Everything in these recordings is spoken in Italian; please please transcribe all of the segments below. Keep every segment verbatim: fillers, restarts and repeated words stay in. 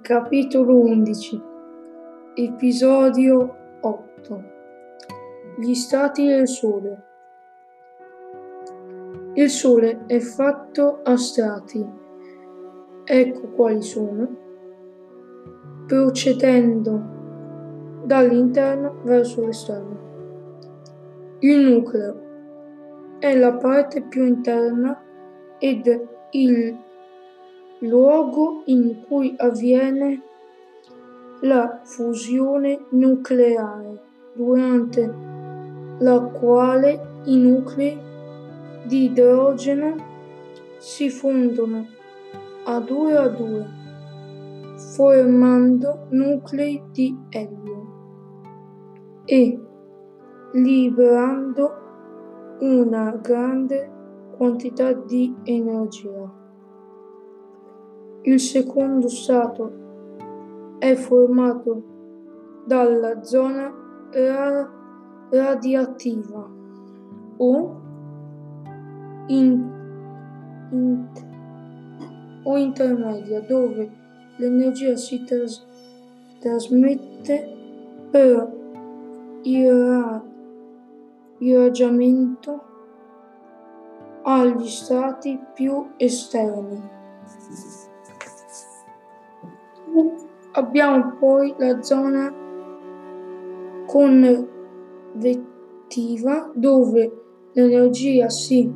Capitolo undici. Episodio otto. Gli stati del Sole. Il Sole è fatto a strati. Ecco quali sono. Procedendo dall'interno verso l'esterno. Il nucleo è la parte più interna ed il luogo in cui avviene la fusione nucleare, durante la quale i nuclei di idrogeno si fondono a due a due, formando nuclei di elio e liberando una grande quantità di energia. Il secondo strato è formato dalla zona ra- radiattiva o, in, in, o intermedia, dove l'energia si tras- trasmette per irra- irraggiamento agli strati più esterni. Abbiamo poi la zona convettiva, dove l'energia si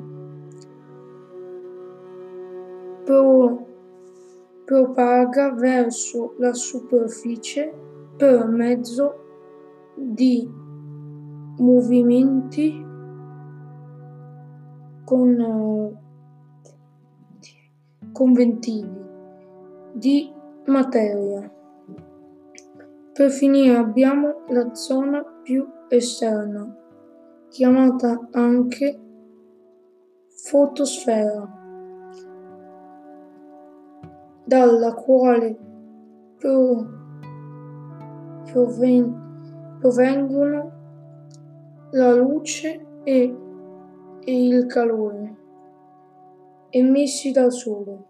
pro- propaga verso la superficie per mezzo di movimenti con, convettivi di materia. Per finire abbiamo la zona più esterna, chiamata anche fotosfera, dalla quale pro- proven- provengono la luce e, e il calore emessi dal Sole.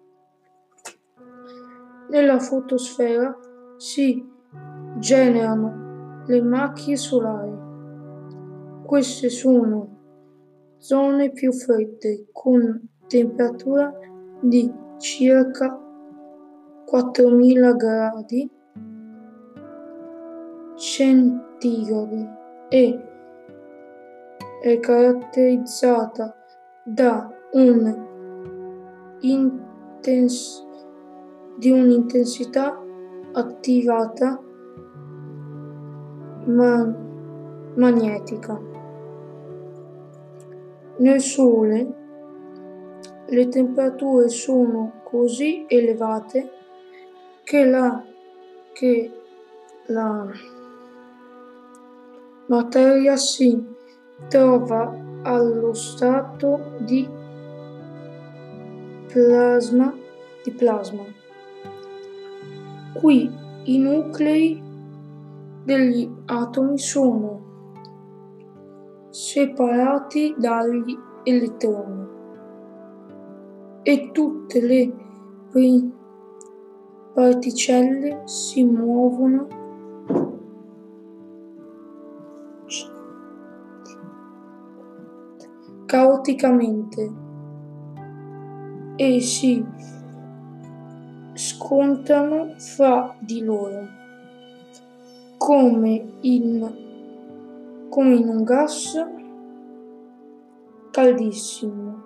Nella fotosfera si generano le macchie solari. Queste sono zone più fredde con temperatura di circa quattromila gradi centigradi e è caratterizzata da un intens- di un'intensità attivata ma- magnetica. Nel Sole le temperature sono così elevate che la, che la materia si trova allo stato di plasma, di plasma. Qui i nuclei degli atomi sono separati dagli elettroni e tutte le pri- particelle si muovono caoticamente e si scontrano fra di loro come in, come in un gas caldissimo.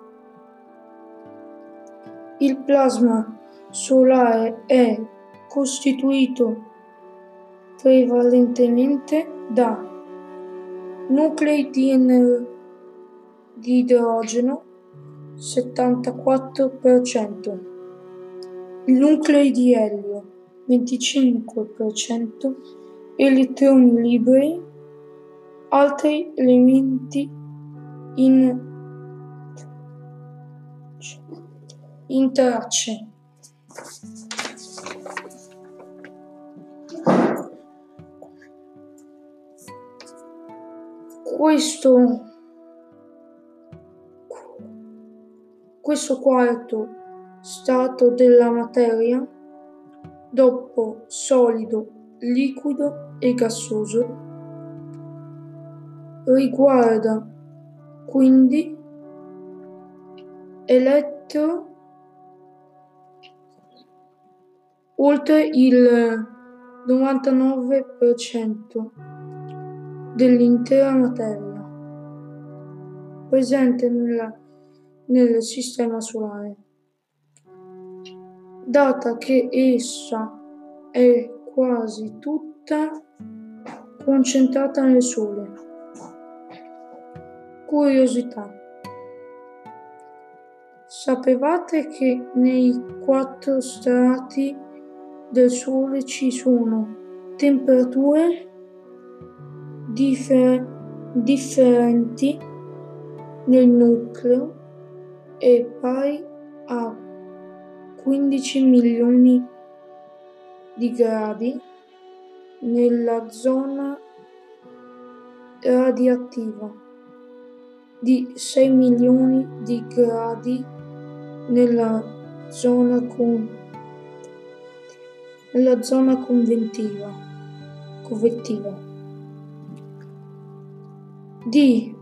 Il plasma solare è costituito prevalentemente da nuclei di, ener- di idrogeno settantaquattro per cento, nuclei di elio venticinque per cento, elettroni liberi, altri elementi in, in tracce. Questo, questo quarto stato della materia dopo solido, liquido e gassoso. Riguarda quindi elettro oltre il novantanove per cento dell'intera materia presente nella, nel Sistema Solare, data che essa è quasi tutta concentrata nel Sole. Curiosità. Sapevate che nei quattro strati del Sole ci sono temperature differ- differenti nel nucleo e pari a quindici milioni di gradi nella zona radioattiva, di sei milioni di gradi nella zona, con, nella zona convettiva, convettiva, di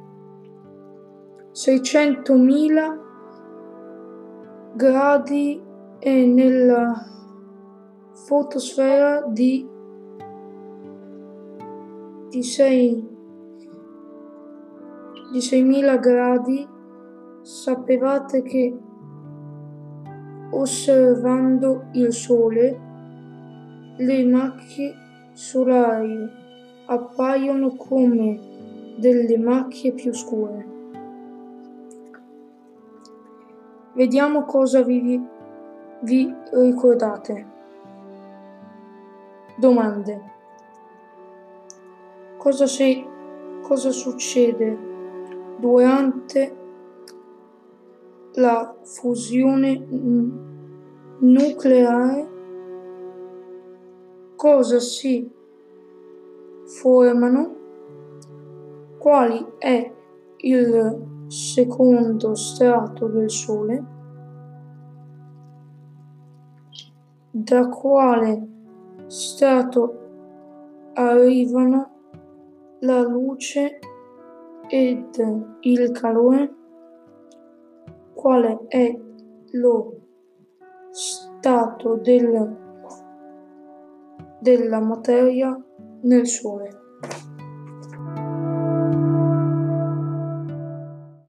seicentomila gradi e nella fotosfera di, di, sei, di seimila gradi. Sapevate che osservando il Sole le macchie solari appaiono come delle macchie più scure? Vediamo cosa vi, vi ricordate. Domande. Cosa, si, cosa succede durante la fusione nucleare? Cosa si formano? Quali è il secondo strato del Sole? Da quale strato arrivano la luce ed il calore? Qual è lo stato del, della materia nel Sole?